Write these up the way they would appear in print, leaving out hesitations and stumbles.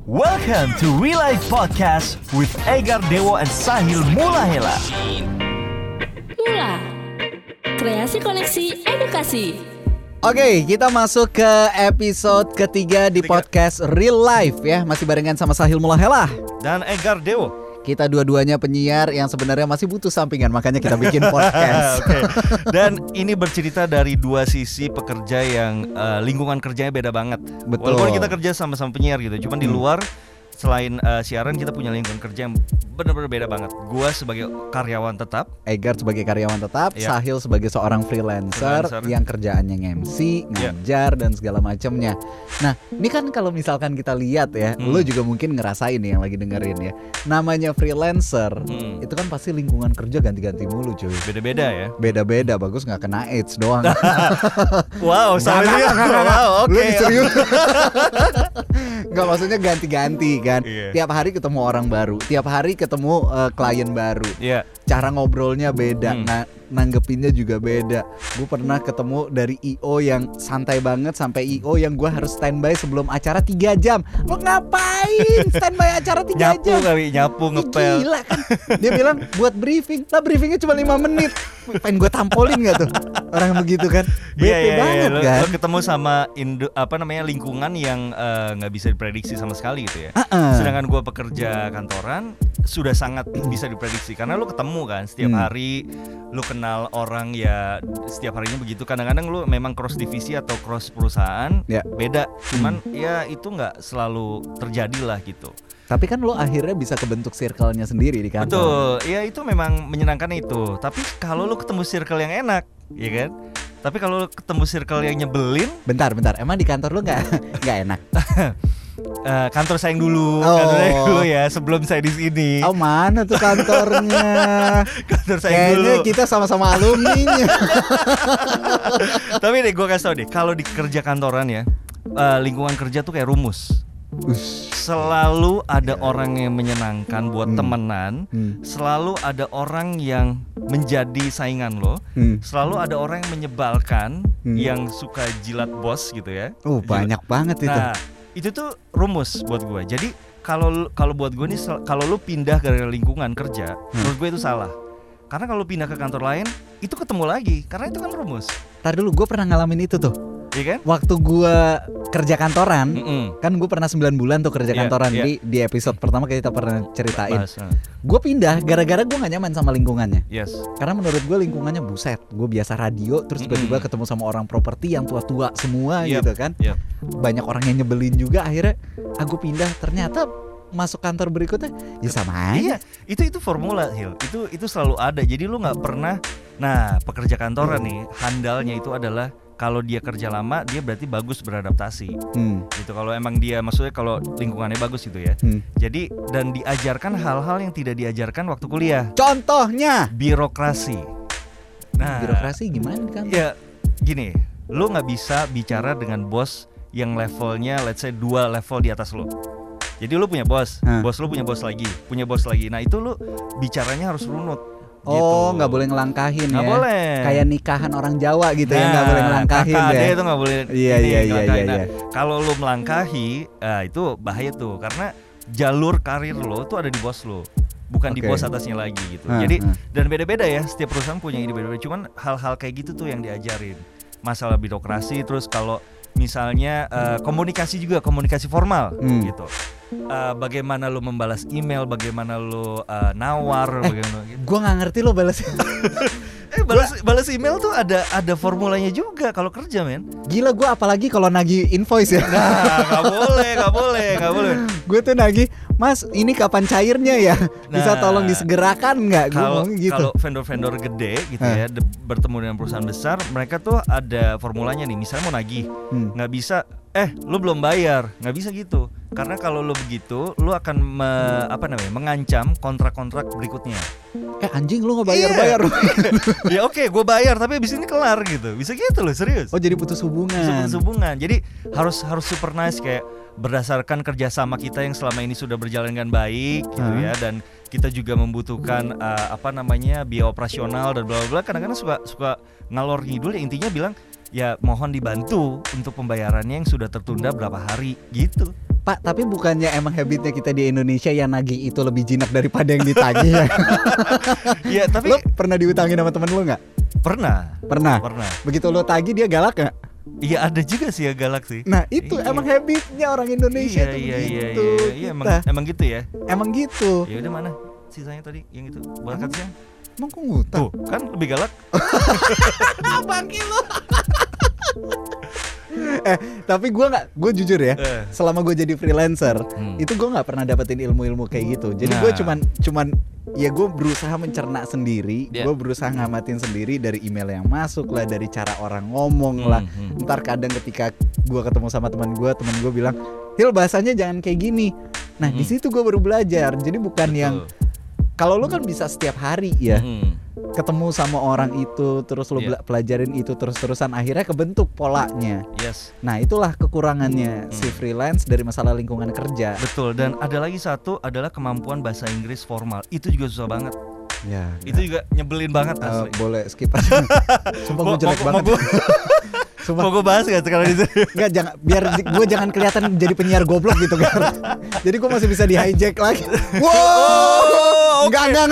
Welcome to Real Life Podcast with Egar Dewo and Sahil Mulahela. Mula, kreasi koneksi edukasi. Oke, kita masuk ke episode ketiga di podcast Real Life ya. Masih barengan sama Sahil Mulahela Dan Egar Dewo. Kita dua-duanya penyiar yang sebenarnya masih butuh sampingan, makanya kita bikin podcast. Oke. Dan ini bercerita dari dua sisi pekerja yang lingkungan kerjanya beda banget. Betul. Walaupun kita kerja sama-sama penyiar gitu, cuman di luar selain siaran kita punya lingkungan kerja yang benar-benar beda banget. Gua sebagai karyawan tetap, Egar sebagai karyawan tetap, Ya. Sahil sebagai seorang freelancer yang kerjaannya MC, ngajar dan segala macamnya. Nah, ini kan kalau misalkan kita lihat ya, lo juga mungkin ngerasain nih yang lagi dengerin ya. Namanya freelancer, itu kan pasti lingkungan kerja ganti-ganti mulu cuy. beda-beda ya. Beda-beda, bagus nggak kena AIDS doang. Wow, wow, Lu oke. serius? Nggak, maksudnya ganti-ganti kan. Iya. Tiap hari ketemu orang baru, tiap hari ketemu klien baru. Iya. Cara ngobrolnya beda, nanggepinnya juga beda. Gue pernah ketemu dari IO yang santai banget sampai IO yang gue harus standby sebelum acara 3 jam. Lo ngapain standby acara 3 Nyapu jam? kali, nyapu Ih, ngepel. gila kan. Dia bilang buat briefing. Lah briefingnya cuma 5 menit. Pengen gue tampolin gak tuh orang begitu kan? Bete banget Lo, kan. lo ketemu sama lingkungan yang nggak bisa diprediksi sama sekali gitu ya. Sedangkan gue pekerja kantoran sudah sangat bisa diprediksi karena lo ketemu kan setiap hari, lo kenal orang ya setiap harinya begitu. Kadang-kadang lo memang cross divisi atau cross perusahaan beda, cuman ya itu nggak selalu terjadi lah gitu. Tapi kan lo akhirnya bisa kebentuk circle-nya sendiri di kantor. Betul, ya itu memang menyenangkan itu. Tapi kalau lo ketemu circle yang enak, ya kan? Tapi kalau lo ketemu circle yang nyebelin, Bentar, emang di kantor lo nggak enak? kantor saya yang dulu, ya sebelum saya di sini. Oh mana tuh kantornya? Kantor saya yang Kayaknya dulu. kita sama-sama alumninya. Tapi deh gue kasih tau deh, kalau di kerja kantoran ya, lingkungan kerja tuh kayak rumus. Selalu ada orang yang menyenangkan buat temenan, selalu ada orang yang menjadi saingan lo, selalu ada orang yang menyebalkan, yang suka jilat bos gitu ya. Banyak banget itu. Nah, itu tuh rumus buat gue. Jadi kalau buat gue nih, kalau lu pindah ke lingkungan kerja, menurut gue itu salah. Karena kalau pindah ke kantor lain, itu ketemu lagi. Karena itu kan rumus. Ntar dulu, gue pernah ngalamin itu tuh. Iya kan? Waktu gue kerja kantoran, kan gue pernah 9 bulan tuh kerja kantoran. Di episode pertama kita pernah ceritain. Gue pindah gara-gara gue gak nyaman sama lingkungannya. Yes. Karena menurut gue lingkungannya buset. Gue biasa radio, terus tiba-tiba ketemu sama orang properti yang tua-tua semua gitu kan. Banyak orang yang nyebelin juga. Akhirnya aku pindah, ternyata masuk kantor berikutnya ya sama aja. Iya, itu formula Hil. Itu selalu ada. Jadi lu nggak pernah. Nah, pekerja kantoran nih, handalnya itu adalah kalau dia kerja lama, dia berarti bagus beradaptasi. Gitu. Kalau emang dia, maksudnya kalau lingkungannya bagus gitu ya. Jadi dan diajarkan hal-hal yang tidak diajarkan waktu kuliah. Contohnya Birokrasi. Nah, birokrasi gimana kan? ya gini, lu nggak bisa bicara dengan bos yang levelnya let's say 2 level di atas lu. Jadi lu punya bos, bos lu punya bos lagi, punya bos lagi. Nah itu lu bicaranya harus runut. Oh, nggak boleh ngelangkahin Nggak ya? boleh. Kayak nikahan orang Jawa gitu ya, nggak boleh ngelangkahin kakak ya? adek itu nggak boleh. Iya. Nah, kalau lu melangkahi, itu bahaya tuh, karena jalur karir lo tuh ada di bos lo, bukan di bos atasnya lagi gitu. Jadi dan beda-beda ya, setiap perusahaan punya ide beda-beda. Cuman hal-hal kayak gitu tuh yang diajarin. Masalah birokrasi, terus kalau misalnya komunikasi juga, komunikasi formal gitu. Bagaimana lo membalas email, bagaimana lo nawar, bagaimana gitu. Gue nggak ngerti lo balas. Balas email tuh ada formulanya juga kalau kerja, men. Gila, gue apalagi kalau nagih invoice ya. Nah, nggak boleh. Gue tuh nagih, Mas, ini kapan cairnya ya? Bisa tolong disegerakan nggak? Kalau gitu. vendor-vendor gede gitu ya, bertemu dengan perusahaan besar, mereka tuh ada formulanya nih. Misalnya mau nagih, nggak bisa. Lu belum bayar, nggak bisa gitu. Karena kalau lu begitu, lu akan mengancam kontrak-kontrak berikutnya. Anjing, lu nggak bayar-bayar. Ya oke, gue bayar, tapi abis ini kelar gitu. Bisa gitu loh, serius. Oh, jadi putus hubungan. Jadi harus super nice, kayak berdasarkan kerjasama kita yang selama ini sudah berjalan dengan baik gitu ya, dan kita juga membutuhkan biaya operasional dan bla bla bla. Kadang-kadang suka ngalor ngidul ya, intinya bilang ya mohon dibantu untuk pembayarannya yang sudah tertunda berapa hari gitu. Pak, tapi bukannya emang habitnya kita di Indonesia yang nagih itu lebih jinak daripada yang ditagih ya? Iya, tapi lo pernah diutangin sama temen lo nggak? Pernah. Begitu lo tagih dia galak nggak? Iya, ada juga sih ya galak sih. Nah itu emang habitnya orang Indonesia tuh begitu. Iya, emang gitu ya. Emang gitu. Ya udah, mana sisanya tadi yang itu buat siang? Emang kok ngutang? Tuh kan lebih galak. Bangki lo. Tapi gue jujur ya, selama gue jadi freelancer, itu gue nggak pernah dapetin ilmu-ilmu kayak gitu. Jadi gue cuman ya gue berusaha mencerna sendiri, gue berusaha ngamatin sendiri dari email yang masuk lah, dari cara orang ngomong lah. Ntar kadang ketika gue ketemu sama teman gue bilang, Hil bahasanya jangan kayak gini. Nah di situ gue baru belajar. Jadi bukan yang kalau lo kan bisa setiap hari ya ketemu sama orang itu, terus lo pelajarin itu terus-terusan, akhirnya kebentuk polanya. Nah itulah kekurangannya si freelance dari masalah lingkungan kerja. Betul. Dan ada lagi satu adalah kemampuan bahasa Inggris formal. Itu juga susah banget. Ya, itu juga nyebelin banget asli. Boleh skip aja. Sumpah gue jelek banget. Mau gue bahas gak sekarang itu? Enggak, jangan, biar gue jangan kelihatan jadi penyiar goblok gitu kan. Jadi gue masih bisa di hijack lagi. Wow. Enggak.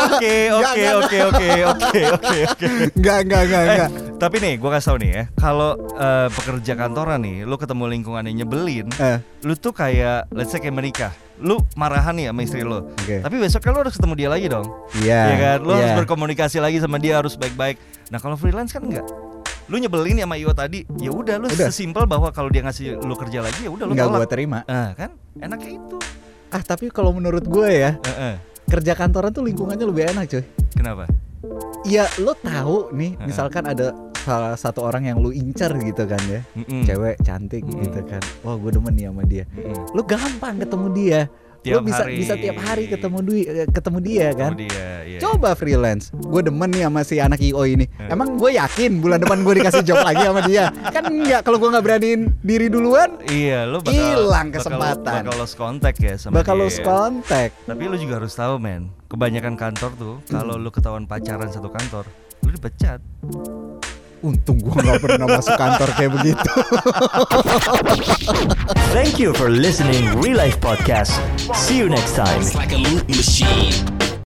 Oke. Enggak. Tapi nih, gue kasih tau nih ya, kalau pekerja kantoran nih, lu ketemu lingkungan yang nyebelin, lu tuh kayak, let's say kayak menikah, lu marahan nih sama istri lu, tapi besoknya lu harus ketemu dia lagi dong. Iya kan, lu harus berkomunikasi lagi sama dia, harus baik-baik. Nah kalau freelance kan enggak. Lu nyebelin ya sama Iwo tadi, ya udah lu sesimpel bahwa kalau dia ngasih lu kerja lagi ya udah lu tolak. Enggak gue terima. Kan enaknya itu. Tapi kalau menurut gue ya, kerja kantoran tuh lingkungannya lebih enak cuy. Kenapa? Ya lo tahu nih, misalkan ada salah satu orang yang lu incer gitu kan ya, cewek cantik gitu kan, wah gue demen nih sama dia. Lu gampang ketemu dia. Lo bisa tiap hari ketemu dia kan. Coba freelance, gue demen nih sama si anak IO ini. Emang gue yakin bulan depan gue dikasih job lagi sama dia? Kan enggak, kalau gue nggak beraniin diri duluan. Iya, lo bakal hilang kesempatan. Bakal lost contact ya sama dia. Bakal lost contact. Tapi lo juga harus tahu men, kebanyakan kantor tuh kalau lo ketahuan pacaran satu kantor, lo dipecat. Untung gue gak pernah masuk kantor kayak begitu. Thank you for listening Real Life Podcast. See you next time. It's like a loop machine.